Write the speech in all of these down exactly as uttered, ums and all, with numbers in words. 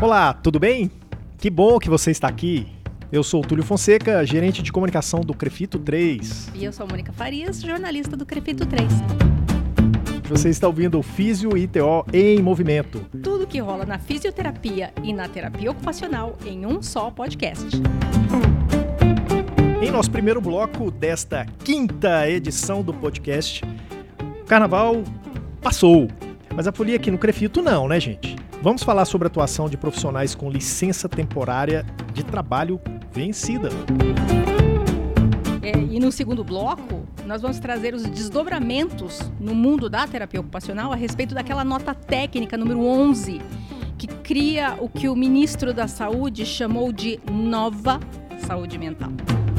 Olá, tudo bem? Que bom que você está aqui. Eu sou o Túlio Fonseca, gerente de comunicação do Crefito três. E eu sou a Mônica Farias, jornalista do Crefito três. Você está ouvindo o Físio I T O em Movimento. Tudo que rola na fisioterapia e na terapia ocupacional em um só podcast. Em nosso primeiro bloco desta quinta edição do podcast, o carnaval passou, mas a folia aqui no Crefito não, né, gente? Vamos falar sobre a atuação de profissionais com licença temporária de trabalho vencida. É, e no segundo bloco, nós vamos trazer os desdobramentos no mundo da terapia ocupacional a respeito daquela nota técnica número onze, que cria o que o ministro da Saúde chamou de nova saúde mental.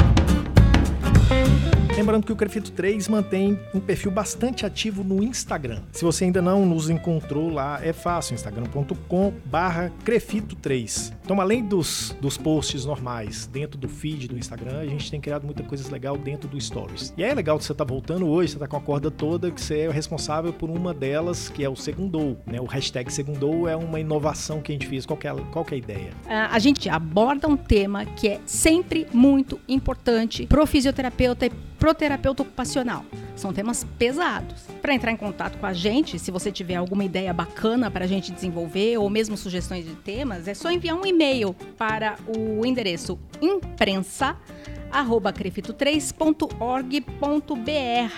Lembrando que o Crefito três mantém um perfil bastante ativo no Instagram. Se você ainda não nos encontrou lá, é fácil, instagram ponto com barra crefito três. Então, além dos, dos posts normais dentro do feed do Instagram, a gente tem criado muita coisa legal dentro do Stories. E é legal que você está voltando hoje, você está com a corda toda, que você é responsável por uma delas, que é o Segundou, né? O hashtag Segundou é uma inovação que a gente fez. Qual que é, qual que é a ideia? A gente aborda um tema que é sempre muito importante pro fisioterapeuta e pro terapeuta ocupacional. São temas pesados. Para entrar em contato com a gente, se você tiver alguma ideia bacana para a gente desenvolver ou mesmo sugestões de temas, é só enviar um e-mail para o endereço imprensa arroba crefito três ponto org ponto br.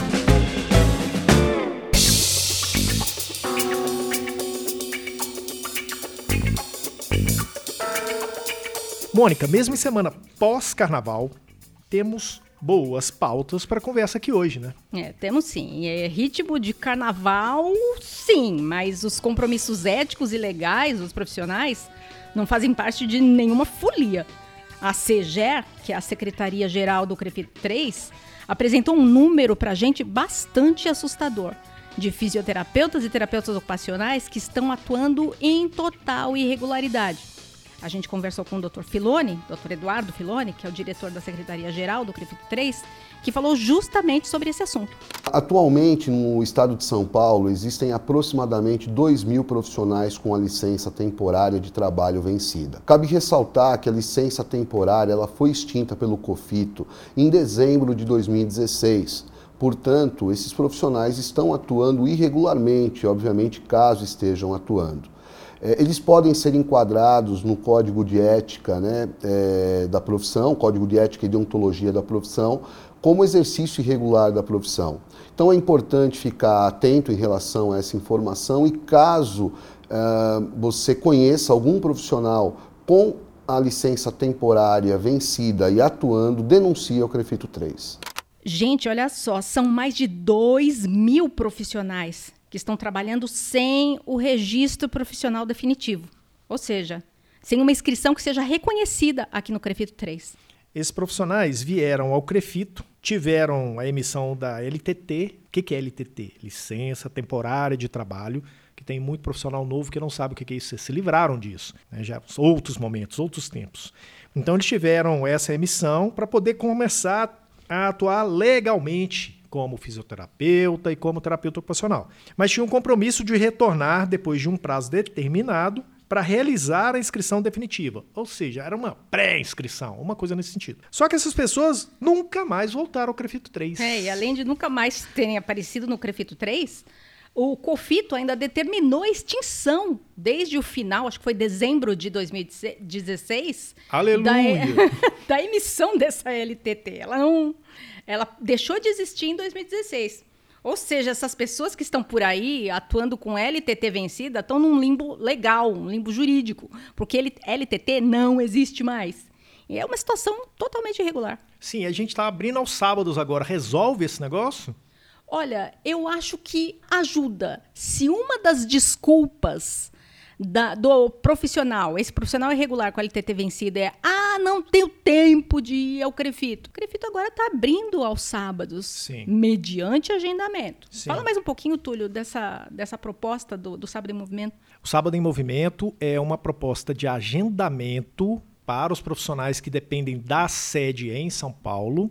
Mônica, mesmo em semana pós-carnaval, temos boas pautas para conversa aqui hoje, né? É, temos sim. É ritmo de carnaval, sim, mas os compromissos éticos e legais dos profissionais não fazem parte de nenhuma folia. A SEGER, que é a Secretaria-Geral do Crefito três, apresentou um número para a gente bastante assustador de fisioterapeutas e terapeutas ocupacionais que estão atuando em total irregularidade. A gente conversou com o doutor Filoni, doutor Eduardo Filoni, que é o diretor da Secretaria-Geral do Crefito três, que falou justamente sobre esse assunto. Atualmente, no estado de São Paulo, existem aproximadamente dois mil profissionais com a licença temporária de trabalho vencida. Cabe ressaltar que a licença temporária ela foi extinta pelo COFITO em dezembro de dois mil e dezesseis. Portanto, esses profissionais estão atuando irregularmente, obviamente, caso estejam atuando. Eles podem ser enquadrados no Código de Ética, né, é, da profissão, Código de Ética e Deontologia da profissão, como exercício irregular da profissão. Então é importante ficar atento em relação a essa informação e caso uh, você conheça algum profissional com a licença temporária vencida e atuando, denuncie ao Crefito três. Gente, olha só, são mais de dois mil profissionais que estão trabalhando sem o registro profissional definitivo. Ou seja, sem uma inscrição que seja reconhecida aqui no Crefito três. Esses profissionais vieram ao Crefito, tiveram a emissão da L T T. O que é L T T? Licença Temporária de Trabalho, que tem muito profissional novo que não sabe o que é isso. Se livraram disso, né? Já outros momentos, outros tempos. Então eles tiveram essa emissão para poder começar a atuar legalmente como fisioterapeuta e como terapeuta ocupacional. Mas tinha um compromisso de retornar depois de um prazo determinado para realizar a inscrição definitiva. Ou seja, era uma pré-inscrição, uma coisa nesse sentido. Só que essas pessoas nunca mais voltaram ao Crefito três. É, e além de nunca mais terem aparecido no Crefito três, o COFITO ainda determinou a extinção desde o final, acho que foi dezembro de dois mil e dezesseis, Aleluia! Da, da emissão dessa L T T. Ela não... Ela deixou de existir em dois mil e dezesseis. Ou seja, essas pessoas que estão por aí atuando com L T T vencida estão num limbo legal, um limbo jurídico, porque L T T não existe mais. E é uma situação totalmente irregular. Sim, a gente está abrindo aos sábados agora. Resolve esse negócio? Olha, eu acho que ajuda. Se uma das desculpas Da, do profissional, esse profissional irregular com a L T T vencida é ah, não tenho tempo de ir ao Crefito. O Crefito agora está abrindo aos sábados, Sim. mediante agendamento. Sim. Fala mais um pouquinho, Túlio, dessa, dessa proposta do, do Sábado em Movimento. O Sábado em Movimento é uma proposta de agendamento para os profissionais que dependem da sede em São Paulo,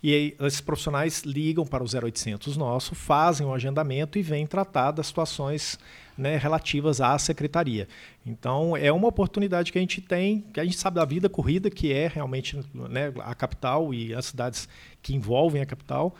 E aí, esses profissionais ligam para o zero oitocentos nosso, fazem o agendamento e vêm tratar das situações, né, relativas à secretaria. Então, é uma oportunidade que a gente tem, que a gente sabe da vida corrida, que é realmente, né, a capital e as cidades que envolvem a capital.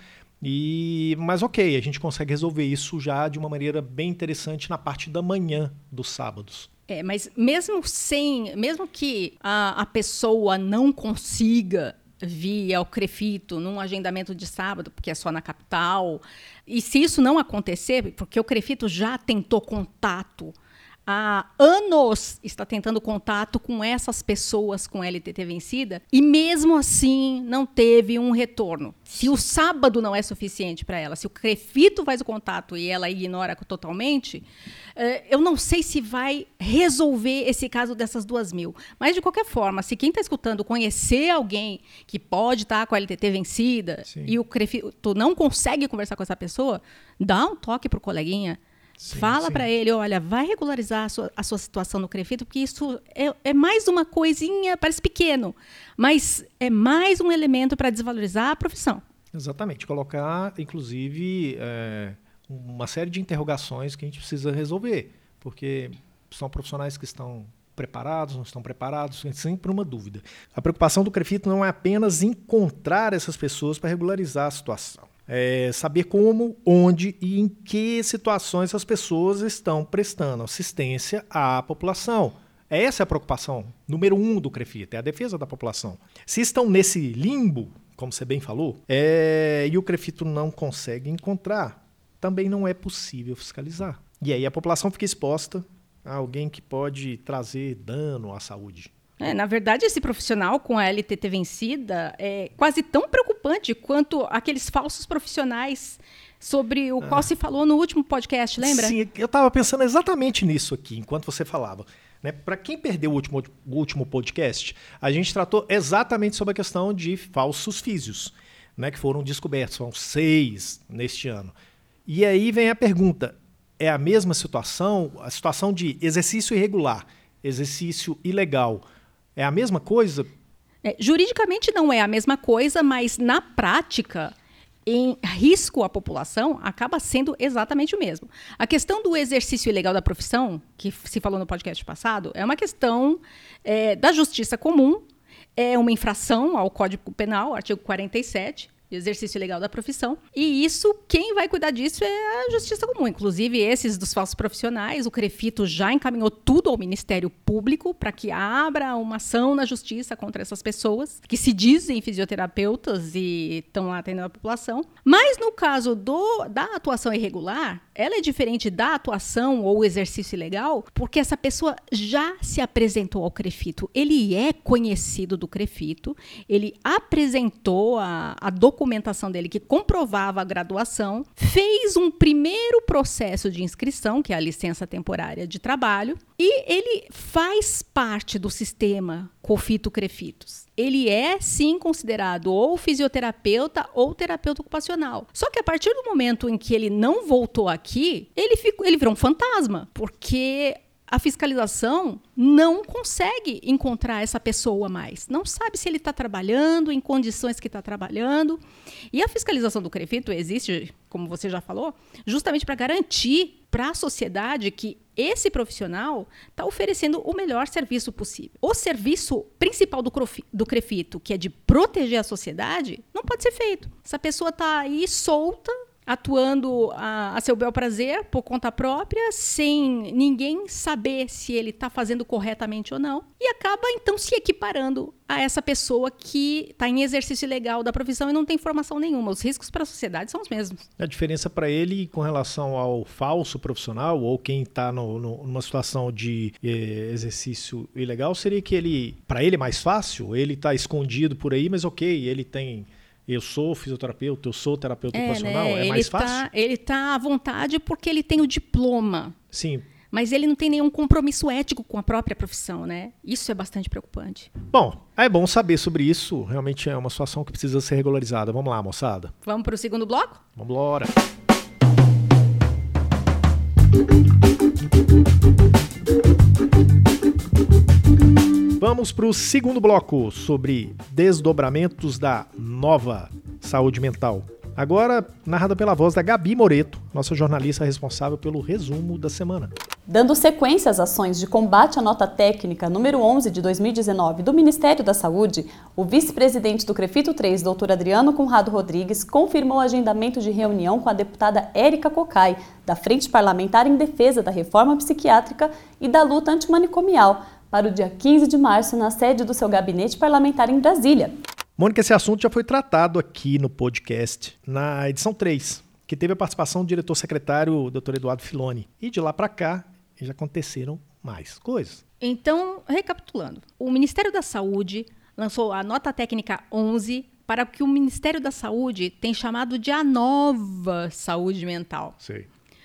E, mas ok, a gente consegue resolver isso já de uma maneira bem interessante na parte da manhã dos sábados. É, mas mesmo sem, mesmo que a, a pessoa não consiga vir ao CREFITO num agendamento de sábado, porque é só na capital, e se isso não acontecer, porque o CREFITO já tentou contato, há anos está tentando contato com essas pessoas com L T T vencida e mesmo assim não teve um retorno. Se o sábado não é suficiente para ela, se o CREFITO faz o contato e ela ignora totalmente, eu não sei se vai resolver esse caso dessas duas mil. Mas, de qualquer forma, se quem está escutando conhecer alguém que pode estar com a L T T vencida, sim, e o CREFITO não consegue conversar com essa pessoa, dá um toque para o coleguinha. Sim, Fala para ele, olha, vai regularizar a sua, a sua situação no CREFITO, porque isso é, é mais uma coisinha, parece pequeno, mas é mais um elemento para desvalorizar a profissão. Exatamente, colocar, inclusive, é, uma série de interrogações que a gente precisa resolver, porque são profissionais que estão preparados, não estão preparados, é sempre uma dúvida. A preocupação do CREFITO não é apenas encontrar essas pessoas para regularizar a situação. É saber como, onde e em que situações as pessoas estão prestando assistência à população. Essa é a preocupação número um do CREFITO, é a defesa da população. Se estão nesse limbo, como você bem falou, é, e o CREFITO não consegue encontrar, também não é possível fiscalizar. E aí a população fica exposta a alguém que pode trazer dano à saúde. É, na verdade, esse profissional com a L T T vencida é quase tão preocupante quanto aqueles falsos profissionais sobre o ah. qual se falou no último podcast, lembra? Sim, eu estava pensando exatamente nisso aqui, enquanto você falava. Né? Para quem perdeu o último, o último podcast, a gente tratou exatamente sobre a questão de falsos físios, né, que foram descobertos, são seis neste ano. E aí vem a pergunta, é a mesma situação, a situação de exercício irregular, exercício ilegal, é a mesma coisa? É, juridicamente não é a mesma coisa, mas na prática, em risco à população, acaba sendo exatamente o mesmo. A questão do exercício ilegal da profissão, que se falou no podcast passado, é uma questão é, da justiça comum, é uma infração ao Código Penal, artigo quarenta e sete, exercício ilegal da profissão. E isso, quem vai cuidar disso é a justiça comum. Inclusive, esses dos falsos profissionais, o CREFITO já encaminhou tudo ao Ministério Público para que abra uma ação na justiça contra essas pessoas que se dizem fisioterapeutas e estão lá atendendo a população. Mas no caso do, da atuação irregular, ela é diferente da atuação ou exercício ilegal porque essa pessoa já se apresentou ao CREFITO. Ele é conhecido do CREFITO, ele apresentou a, a documentação dele que comprovava a graduação, fez um primeiro processo de inscrição, que é a licença temporária de trabalho, e ele faz parte do sistema COFITO-CREFITOS. Ele é, sim, considerado ou fisioterapeuta ou terapeuta ocupacional. Só que a partir do momento em que ele não voltou aqui, ele, ficou, ele virou um fantasma, porque a fiscalização não consegue encontrar essa pessoa mais. Não sabe se ele está trabalhando, em condições que está trabalhando. E a fiscalização do CREFITO existe, como você já falou, justamente para garantir para a sociedade que esse profissional está oferecendo o melhor serviço possível. O serviço principal do, do CREFITO, que é de proteger a sociedade, não pode ser feito. Essa pessoa está aí solta, atuando a, a seu bel prazer, por conta própria, sem ninguém saber se ele está fazendo corretamente ou não, e acaba, então, se equiparando a essa pessoa que está em exercício ilegal da profissão e não tem formação nenhuma. Os riscos para a sociedade são os mesmos. A diferença para ele com relação ao falso profissional ou quem está numa situação de eh, exercício ilegal seria que ele, para ele é mais fácil, ele está escondido por aí, mas ok, ele tem... Eu sou fisioterapeuta, eu sou terapeuta é, ocupacional, né? é mais ele fácil? Tá, ele está à vontade porque ele tem o diploma. Sim. Mas ele não tem nenhum compromisso ético com a própria profissão, né? Isso é bastante preocupante. Bom, é bom saber sobre isso. Realmente é uma situação que precisa ser regularizada. Vamos lá, moçada. Vamos para o segundo bloco? Vamos embora. Vamos para o segundo bloco sobre desdobramentos da nova saúde mental. Agora, narrada pela voz da Gabi Moreto, nossa jornalista responsável pelo resumo da semana. Dando sequência às ações de combate à nota técnica número onze de dois mil e dezenove do Ministério da Saúde, o vice-presidente do CREFITO três, doutor Adriano Conrado Rodrigues, confirmou o agendamento de reunião com a deputada Érica Cocai, da Frente Parlamentar em Defesa da Reforma Psiquiátrica e da Luta Antimanicomial, para o dia quinze de março, na sede do seu gabinete parlamentar em Brasília. Mônica, esse assunto já foi tratado aqui no podcast, na edição três, que teve a participação do diretor-secretário doutor Eduardo Filoni. E de lá para cá, já aconteceram mais coisas. Então, recapitulando, o Ministério da Saúde lançou a nota técnica onze para o que o Ministério da Saúde tem chamado de a nova saúde mental. Sei.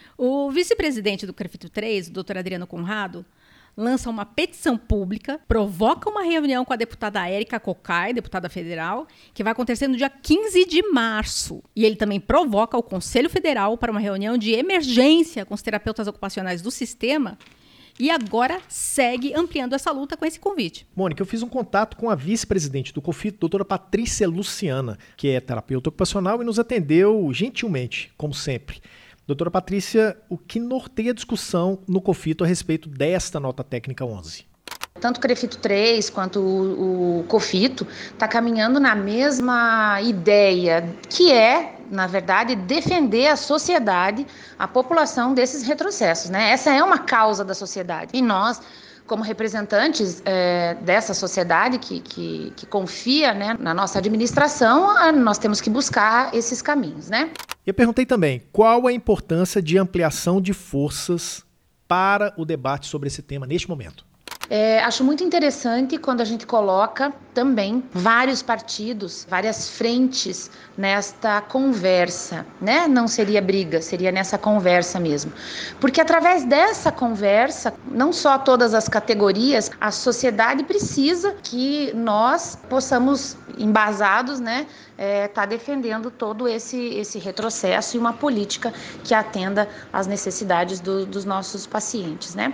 O vice-presidente do CREFITO três, o doutor Adriano Conrado, lança uma petição pública, provoca uma reunião com a deputada Érica Cocai, deputada federal, que vai acontecer no dia quinze de março. E ele também provoca o Conselho Federal para uma reunião de emergência com os terapeutas ocupacionais do sistema e agora segue ampliando essa luta com esse convite. Mônica, eu fiz um contato com a vice-presidente do COFITO, doutora Patrícia Luciana, que é terapeuta ocupacional e nos atendeu gentilmente, como sempre. Doutora Patrícia, o que norteia a discussão no COFITO a respeito desta nota técnica onze? Tanto o CREFITO três quanto o, o COFITO está caminhando na mesma ideia, que é, na verdade, defender a sociedade, a população desses retrocessos, né? Essa é uma causa da sociedade. E nós, como representantes é, dessa sociedade que, que, que confia, né, na nossa administração, nós temos que buscar esses caminhos, né? Eu perguntei também qual a importância de ampliação de forças para o debate sobre esse tema neste momento. É, acho muito interessante quando a gente coloca também vários partidos, várias frentes nesta conversa, né? Não seria briga, seria nessa conversa mesmo. Porque através dessa conversa, não só todas as categorias, a sociedade precisa que nós possamos, embasados, né, é, tá defendendo todo esse, esse retrocesso e uma política que atenda às necessidades do, dos nossos pacientes, né?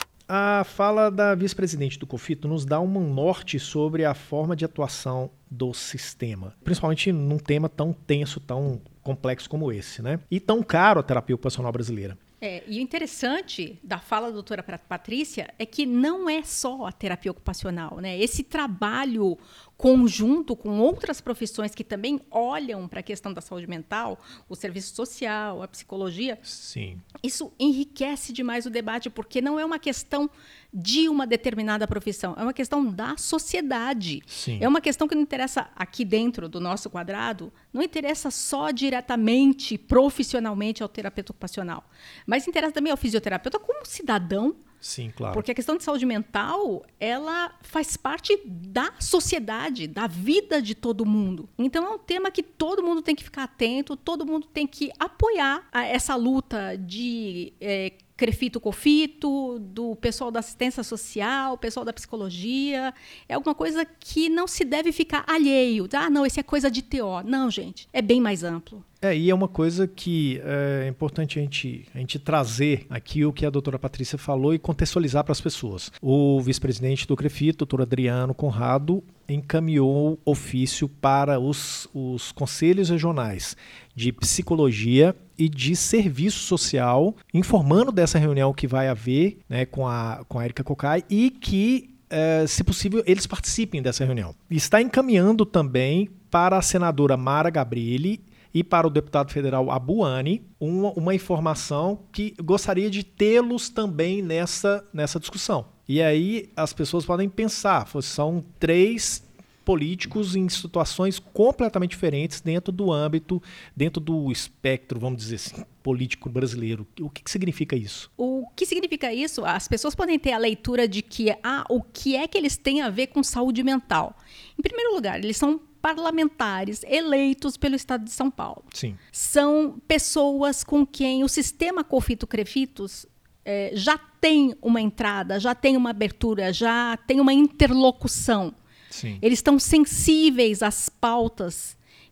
A fala da vice-presidente do COFITO nos dá um norte sobre a forma de atuação do sistema, principalmente num tema tão tenso, tão complexo como esse, né? E tão caro à terapia ocupacional brasileira. É, e o interessante da fala da doutora Patrícia é que não é só a terapia ocupacional, né? Esse trabalho conjunto com outras profissões que também olham para a questão da saúde mental, o serviço social, a psicologia, sim, isso enriquece demais o debate, porque não é uma questão de uma determinada profissão, é uma questão da sociedade. Sim. É uma questão que não interessa aqui dentro do nosso quadrado, não interessa só diretamente, profissionalmente ao terapeuta ocupacional, mas interessa também ao fisioterapeuta como cidadão. Sim, claro. Porque a questão de saúde mental, ela faz parte da sociedade, da vida de todo mundo. Então é um tema que todo mundo tem que ficar atento, todo mundo tem que apoiar a essa luta de é, CREFITO, COFITO, do pessoal da assistência social, pessoal da psicologia. É alguma coisa que não se deve ficar alheio. Ah, não, isso é coisa de T O. Não, gente, é bem mais amplo. É, e é uma coisa que é importante a gente, a gente trazer aqui o que a doutora Patrícia falou e contextualizar para as pessoas. O vice-presidente do CREFITO, doutor Adriano Conrado, encaminhou ofício para os, os conselhos regionais de psicologia e de serviço social, informando dessa reunião que vai haver, né, com a, com a Érica Cocai e que, é, se possível, eles participem dessa reunião. Está encaminhando também para a senadora Mara Gabrilli e para o deputado federal Abuani uma, uma informação que gostaria de tê-los também nessa, nessa discussão. E aí as pessoas podem pensar, são três políticos em situações completamente diferentes dentro do âmbito, dentro do espectro, vamos dizer assim, político brasileiro. O que, que significa isso? O que significa isso? As pessoas podem ter a leitura de que ah, o que é que eles têm a ver com saúde mental. Em primeiro lugar, eles são parlamentares eleitos pelo Estado de São Paulo. Sim. São pessoas com quem o sistema COFITO-CREFITOS eh, já tem uma entrada, já tem uma abertura, já tem uma interlocução. Sim. Eles estão sensíveis às pautas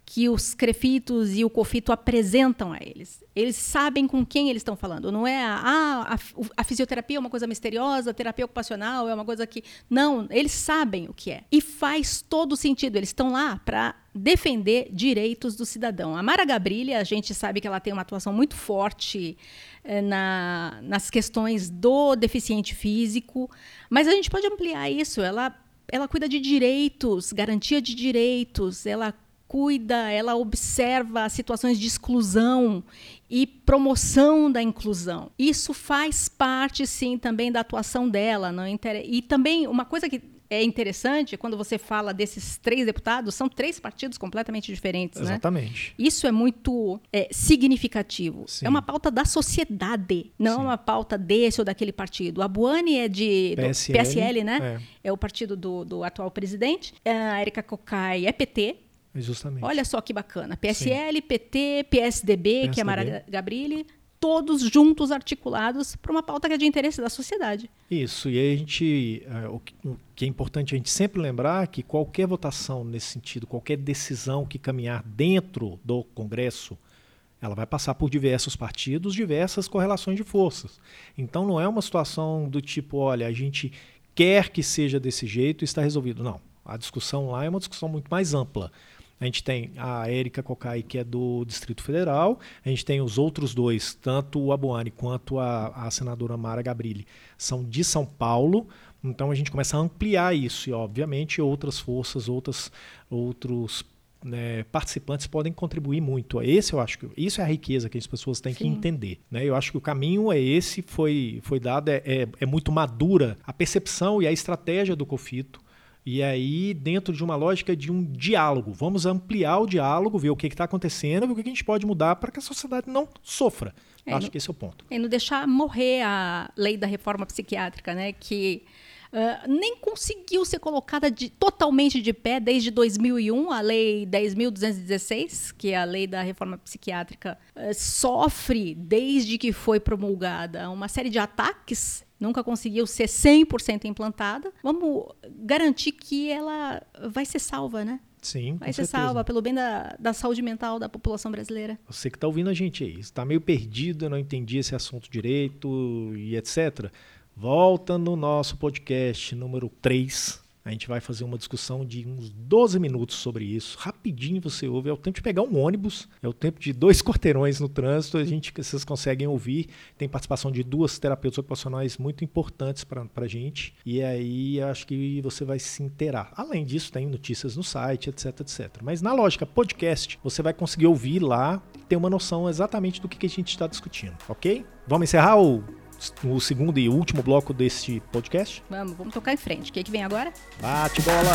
que os CREFITos e o COFITO apresentam a eles. Eles sabem com quem eles estão falando. Não é a, a, a fisioterapia é uma coisa misteriosa, a terapia ocupacional é uma coisa que... Não, eles sabem o que é. E faz todo sentido. Eles estão lá para defender direitos do cidadão. A Mara Gabrilli, a gente sabe que ela tem uma atuação muito forte eh, na, nas questões do deficiente físico, mas a gente pode ampliar isso. Ela, ela cuida de direitos, garantia de direitos, ela cuida, ela observa situações de exclusão e promoção da inclusão. Isso faz parte, sim, também da atuação dela. Não inter... E também uma coisa que é interessante, quando você fala desses três deputados, são três partidos completamente diferentes. Exatamente. Né? Isso é muito é, significativo. Sim. É uma pauta da sociedade, não é uma pauta desse ou daquele partido. A Buani é de P S L, P S L, né? É, é o partido do, do atual presidente. A Érica Cocai é P T. Justamente. Olha só que bacana. P S L, Sim. P T, P S D B, P S D B, que é a Mara Gabrilli, todos juntos, articulados, para uma pauta que é de interesse da sociedade. Isso, e aí a gente, o que é importante a gente sempre lembrar que qualquer votação nesse sentido, qualquer decisão que caminhar dentro do Congresso, ela vai passar por diversos partidos, diversas correlações de forças. Então não é uma situação do tipo, olha, a gente quer que seja desse jeito e está resolvido. Não, a discussão lá é uma discussão muito mais ampla. A gente tem a Érica Cocai, que é do Distrito Federal, a gente tem os outros dois, tanto o Abuani quanto a, a senadora Mara Gabrilli, são de São Paulo, então a gente começa a ampliar isso e, obviamente, outras forças, outras, outros né, participantes podem contribuir muito. Esse eu acho que isso é a riqueza que as pessoas têm Sim. que entender. Né? Eu acho que o caminho é esse, foi, foi dado, é, é, é muito madura a percepção e a estratégia do COFITO. E aí, dentro de uma lógica de um diálogo, vamos ampliar o diálogo, ver o que está acontecendo, ver o que a gente pode mudar para que a sociedade não sofra. É, Acho no, que esse é o ponto. E não deixar morrer a lei da reforma psiquiátrica, né? Que uh, nem conseguiu ser colocada de, totalmente de pé desde dois mil e um, a lei dez mil duzentos e dezesseis, que é a lei da reforma psiquiátrica, uh, sofre, desde que foi promulgada, uma série de ataques. Nunca conseguiu ser cem por cento implantada. Vamos garantir que ela vai ser salva, né? Sim, vai ser certeza. salva pelo bem da, da saúde mental da população brasileira. Você que está ouvindo a gente aí, está meio perdido, não entendi esse assunto direito e etcétera. Volta no nosso podcast número três. A gente vai fazer uma discussão de uns doze minutos sobre isso. Rapidinho você ouve. É o tempo de pegar um ônibus, é o tempo de dois quarteirões no trânsito. A gente, vocês conseguem ouvir. Tem participação de duas terapeutas ocupacionais muito importantes para a gente. E aí acho que você vai se inteirar. Além disso, tem notícias no site, etc, etcétera. Mas na lógica podcast, você vai conseguir ouvir lá, ter uma noção exatamente do que, que a gente está discutindo. Ok? Vamos encerrar o... o segundo e último bloco deste podcast? Vamos, vamos tocar em frente. O que, é que vem agora? Bate bola!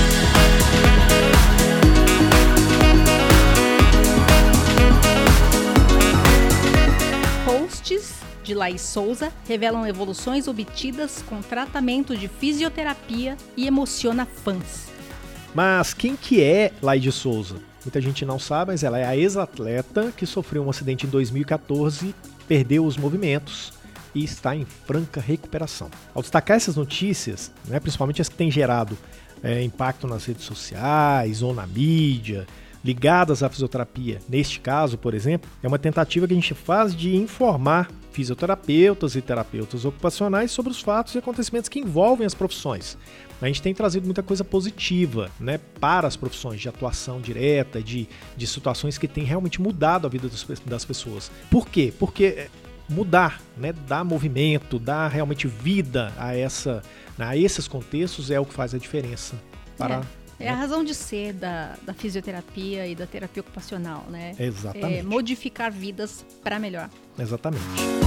Posts de Laís Souza revelam evoluções obtidas com tratamento de fisioterapia e emociona fãs. Mas quem que é Laís Souza? Muita gente não sabe, mas ela é a ex-atleta que sofreu um acidente em dois mil e catorze, perdeu os movimentos e está em franca recuperação. Ao destacar essas notícias, né, principalmente as que têm gerado é, impacto nas redes sociais ou na mídia, ligadas à fisioterapia, neste caso, por exemplo, é uma tentativa que a gente faz de informar fisioterapeutas e terapeutas ocupacionais sobre os fatos e acontecimentos que envolvem as profissões. A gente tem trazido muita coisa positiva, né, para as profissões de atuação direta, de, de situações que têm realmente mudado a vida das, das pessoas. Por quê? Porque mudar, né, dar movimento, dar realmente vida a, essa, a esses contextos é o que faz a diferença. Para, é, é a razão de ser da, da fisioterapia e da terapia ocupacional, né? Exatamente. É modificar vidas para melhor. Exatamente.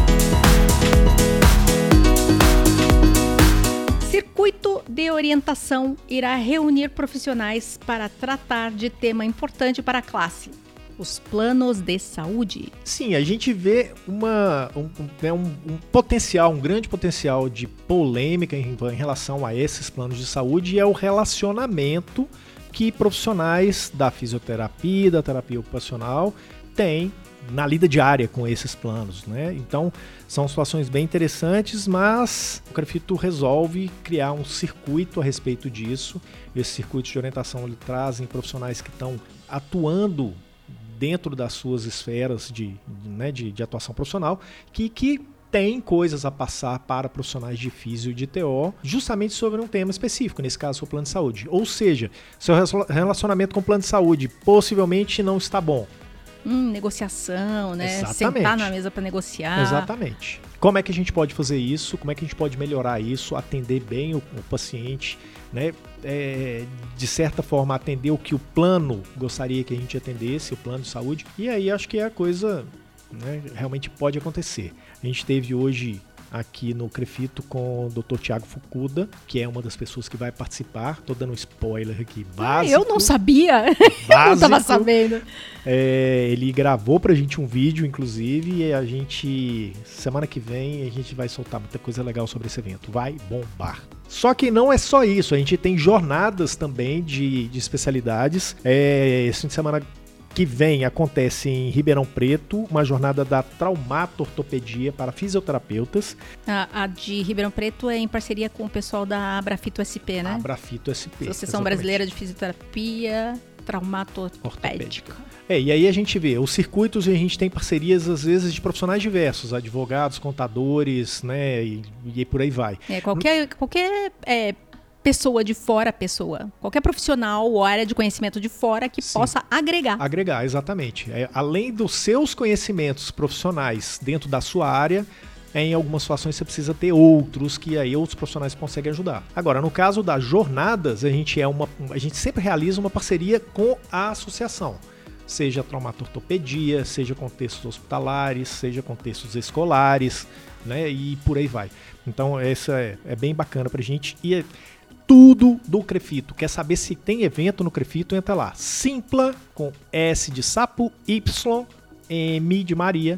Circuito de orientação irá reunir profissionais para tratar de tema importante para a classe. Os planos de saúde. Sim, a gente vê uma, um, um, um, um potencial, um grande potencial de polêmica em, em relação a esses planos de saúde e é o relacionamento que profissionais da fisioterapia, da terapia ocupacional têm na lida diária com esses planos, né? Então, são situações bem interessantes, mas o CREFITO resolve criar um circuito a respeito disso. Esse circuito de orientação ele trazem profissionais que estão atuando dentro das suas esferas de, de, né, de, de atuação profissional, que, que tem coisas a passar para profissionais de físio e de T O, justamente sobre um tema específico, nesse caso o plano de saúde. Ou seja, seu relacionamento com o plano de saúde possivelmente não está bom. Hum, negociação, né? Exatamente. Sentar na mesa para negociar. Exatamente. Como é que a gente pode fazer isso? Como é que a gente pode melhorar isso? Atender bem o, o paciente, né? É, de certa forma, atender o que o plano gostaria que a gente atendesse, o plano de saúde. E aí acho que a coisa, né, realmente pode acontecer. A gente teve hoje aqui no Crefito com o doutor Tiago Fukuda, que é uma das pessoas que vai participar. Tô dando um spoiler aqui, básico. Ah, eu não sabia. Básico. Eu não tava sabendo. É, ele gravou pra gente um vídeo, inclusive, e a gente, semana que vem, a gente vai soltar muita coisa legal sobre esse evento. Vai bombar. Só que não é só isso, a gente tem jornadas também de, de especialidades. É, esse fim de semana que vem acontece em Ribeirão Preto, uma jornada da traumato-ortopedia para fisioterapeutas. A, a de Ribeirão Preto é em parceria com o pessoal da Abrafito S P, né? Abrafito S P. Associação Brasileira de Fisioterapia Traumato-Ortopédica. É, e aí a gente vê os circuitos e a gente tem parcerias, às vezes, de profissionais diversos, advogados, contadores, né, e, e por aí vai. É, qualquer, qualquer é, pessoa de fora, pessoa, qualquer profissional ou área de conhecimento de fora que Sim. possa agregar. Agregar, exatamente. É, além dos seus conhecimentos profissionais dentro da sua área, em algumas situações você precisa ter outros que aí outros profissionais conseguem ajudar. Agora, no caso das jornadas, a gente, é uma, a gente sempre realiza uma parceria com a associação. Seja traumato-ortopedia, seja contextos hospitalares, seja contextos escolares, né, e por aí vai. Então, essa é, é bem bacana pra gente. E é tudo do Crefito. Quer saber se tem evento no Crefito? Entra lá. Simpla, com S de sapo, Y, M de Maria,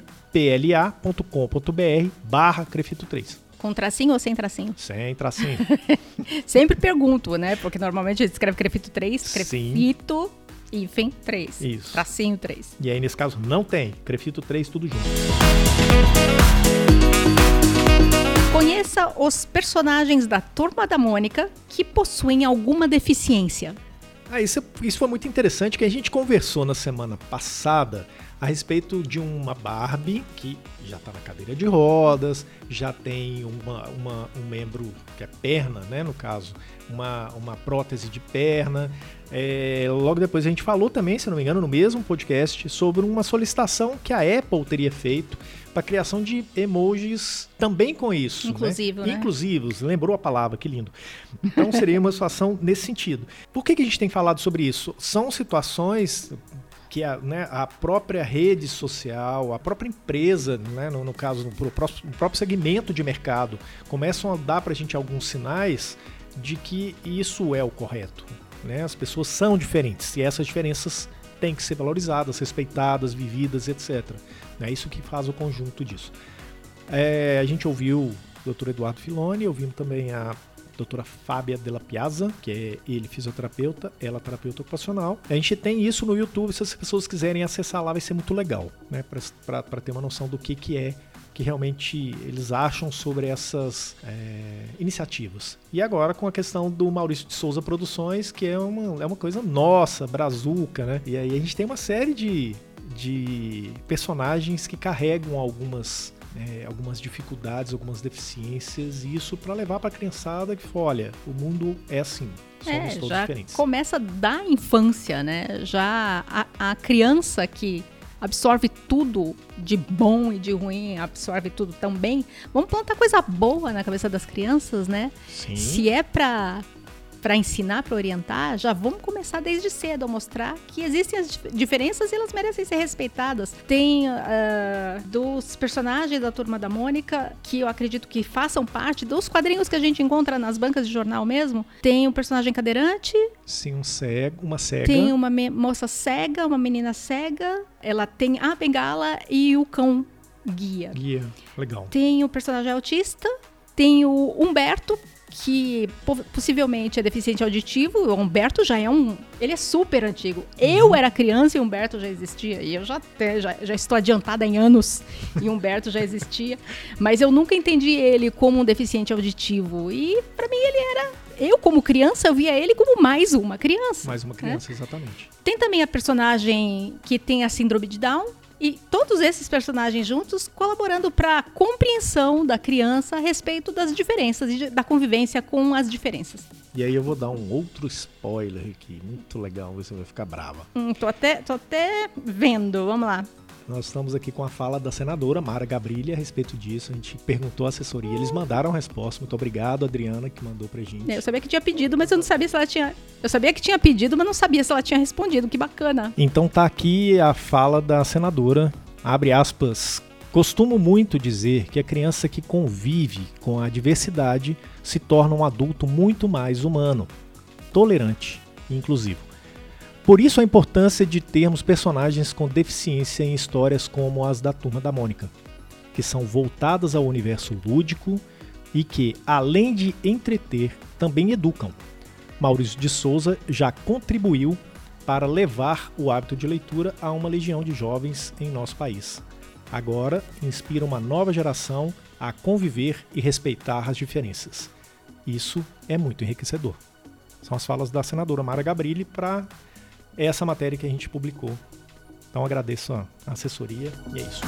pla.com.br, barra Crefito três. Com tracinho ou sem tracinho? Sem tracinho. Sempre pergunto, né? Porque normalmente a gente escreve Crefito três, Crefito... Sim. hífen três. Isso. Tracinho três. E aí, nesse caso, não tem. Crefito três, tudo junto. Conheça os personagens da Turma da Mônica que possuem alguma deficiência. Ah, isso, isso foi muito interessante, que a gente conversou na semana passada a respeito de uma Barbie que já está na cadeira de rodas, já tem uma, uma, um membro que é perna, né, no caso, uma, uma prótese de perna. É, logo depois a gente falou também, se não me engano, no mesmo podcast, sobre uma solicitação que a Apple teria feito para a criação de emojis também com isso. Inclusivo, né? né? Inclusivos, lembrou a palavra, que lindo. Então seria uma situação nesse sentido. Por que, que a gente tem falado sobre isso? São situações que a, né, a própria rede social, a própria empresa, né, no, no caso, no, no próprio segmento de mercado, começam a dar para a gente alguns sinais de que isso é o correto. Né? As pessoas são diferentes e essas diferenças têm que ser valorizadas, respeitadas, vividas, etcétera. É isso que faz o conjunto disso. É, a gente ouviu o doutor Eduardo Filoni, ouvimos também a doutora Fábia Della Piazza, que é ele fisioterapeuta, ela terapeuta ocupacional. A gente tem isso no YouTube, se as pessoas quiserem acessar lá vai ser muito legal, né? Para ter uma noção do que, que é que realmente eles acham sobre essas é, iniciativas. E agora com a questão do Maurício de Souza Produções, que é uma, é uma coisa nossa, brazuca, né? E aí a gente tem uma série de, de personagens que carregam algumas, é, algumas dificuldades, algumas deficiências, e isso para levar para a criançada que fala, olha, o mundo é assim, somos é, todos já diferentes. Começa da infância, né? Já a, a criança que absorve tudo de bom e de ruim, absorve tudo tão bem. Vamos plantar coisa boa na cabeça das crianças, né? Sim. Se é para para ensinar, para orientar, já vamos começar desde cedo a mostrar que existem as diferenças e elas merecem ser respeitadas. Tem uh, dos personagens da Turma da Mônica, que eu acredito que façam parte dos quadrinhos que a gente encontra nas bancas de jornal mesmo. Tem um personagem cadeirante. Sim, um cego, uma cega. Tem uma me- moça cega, uma menina cega. Ela tem a bengala e o cão guia. Guia, legal. Tem o personagem autista. tem o Humberto, que possivelmente é deficiente auditivo. O Humberto já é um... Ele é super antigo. Eu era criança e o Humberto já existia. E eu já, até, já, já estou adiantada em anos e o Humberto já existia. Mas eu nunca entendi ele como um deficiente auditivo. E para mim ele era... Eu, como criança, eu via ele como mais uma criança. Mais uma criança, né? Exatamente. Tem também a personagem que tem a síndrome de Down. E todos esses personagens juntos colaborando para a compreensão da criança a respeito das diferenças e da convivência com as diferenças. E aí eu vou dar um outro spoiler aqui, muito legal, você vai ficar brava. Hum, tô até, tô até vendo, vamos lá. Nós estamos aqui com a fala da senadora Mara Gabrilli a respeito disso. A gente perguntou à assessoria, eles mandaram a resposta. Muito obrigado, Adriana, que mandou pra gente. Eu sabia que tinha pedido, mas eu não sabia se ela tinha... Eu sabia que tinha pedido, mas não sabia se ela tinha respondido. Que bacana. Então tá aqui a fala da senadora, abre aspas. Costumo muito dizer que a criança que convive com a diversidade se torna um adulto muito mais humano, tolerante e inclusivo. Por isso a importância de termos personagens com deficiência em histórias como as da Turma da Mônica, que são voltadas ao universo lúdico e que, além de entreter, também educam. Maurício de Souza já contribuiu para levar o hábito de leitura a uma legião de jovens em nosso país. Agora, inspira uma nova geração a conviver e respeitar as diferenças. Isso é muito enriquecedor. São as falas da senadora Mara Gabrilli para essa matéria que a gente publicou. Então agradeço a assessoria e é isso.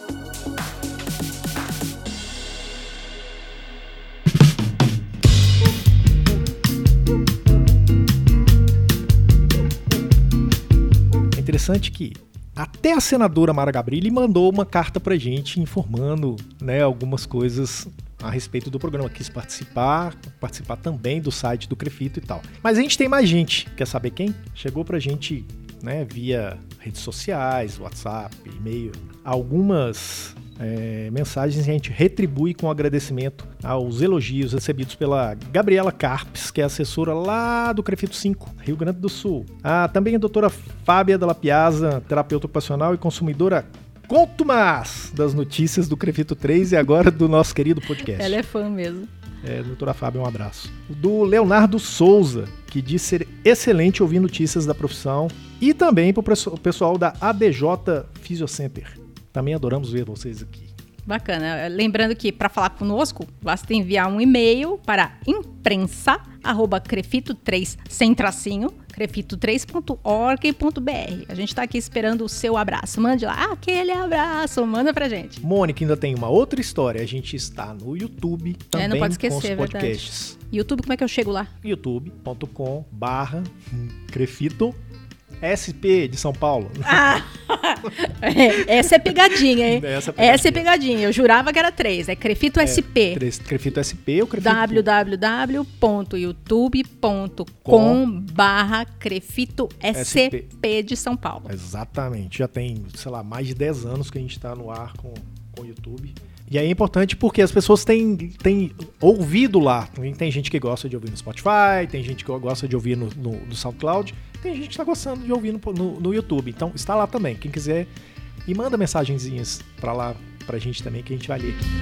É interessante que até a senadora Mara Gabrilli mandou uma carta pra gente informando, né, algumas coisas a respeito do programa. Quis participar, participar também do site do Crefito e tal. Mas a gente tem mais gente. Quer saber quem? Chegou pra gente, né, via redes sociais, WhatsApp, e-mail, algumas é, mensagens que a gente retribui com agradecimento aos elogios recebidos pela Gabriela Carpes, que é assessora lá do Crefito cinco, Rio Grande do Sul. Ah, também a doutora Fábia Della Piazza, terapeuta ocupacional e consumidora contumaz das notícias do Crefito três e agora do nosso querido podcast. Ela é fã mesmo. É, doutora Fábia, um abraço. Do Leonardo Souza, que diz ser excelente ouvir notícias da profissão, e também para o pessoal da A B J Physiocenter. Também adoramos ver vocês aqui. Bacana. Lembrando que para falar conosco, basta enviar um e-mail para imprensa arroba crefito três sem tracinho, crefito três ponto org ponto br. A gente está aqui esperando o seu abraço. Mande lá aquele abraço, manda pra gente. Mônica, ainda tem uma outra história. A gente está no YouTube também, é, não pode esquecer, com os podcasts. Verdade. YouTube, como é que eu chego lá? youtube ponto com barra crefito S P de São Paulo. Ah, essa é pegadinha, hein? Essa é pegadinha. Essa é pegadinha. Eu jurava que era três. É Crefito é, S P. Crefito S P ou Crefito... w w w ponto youtube ponto com barra Crefito S P de São Paulo. Exatamente. Já tem, sei lá, mais de dez anos que a gente está no ar com, com o YouTube. E aí é importante porque as pessoas têm, têm ouvido lá. Tem gente que gosta de ouvir no Spotify, tem gente que gosta de ouvir no, no, no SoundCloud, tem gente que está gostando de ouvir no, no, no YouTube. Então está lá também. Quem quiser, e manda mensagenzinhas para lá pra gente também que a gente vai ler aqui.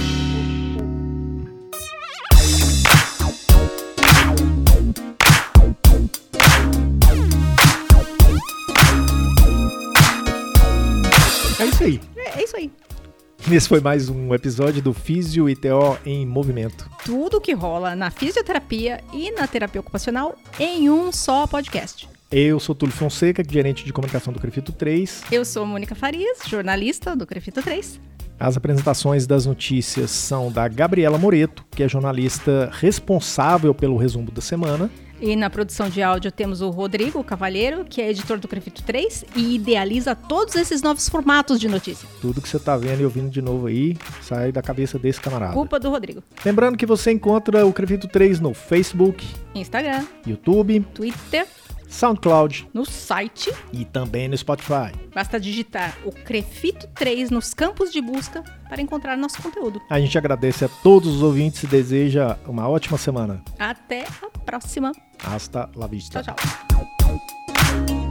É isso aí. É, é isso aí. Esse foi mais um episódio do Físio e T O em Movimento. Tudo que rola na fisioterapia e na terapia ocupacional em um só podcast. Eu sou Túlio Fonseca, gerente de comunicação do Crefito três. Eu sou Mônica Farias, jornalista do Crefito três. As apresentações das notícias são da Gabriela Moreto, que é jornalista responsável pelo resumo da semana. E na produção de áudio temos o Rodrigo Cavalheiro, que é editor do Crefito três e idealiza todos esses novos formatos de notícia. Tudo que você está vendo e ouvindo de novo aí, sai da cabeça desse camarada. Culpa do Rodrigo. Lembrando que você encontra o Crefito três no Facebook, Instagram, YouTube, Twitter, SoundCloud, no site e também no Spotify. Basta digitar o Crefito três nos campos de busca para encontrar nosso conteúdo. A gente agradece a todos os ouvintes e deseja uma ótima semana. Até a próxima. Hasta la vista. Tchau, tchau.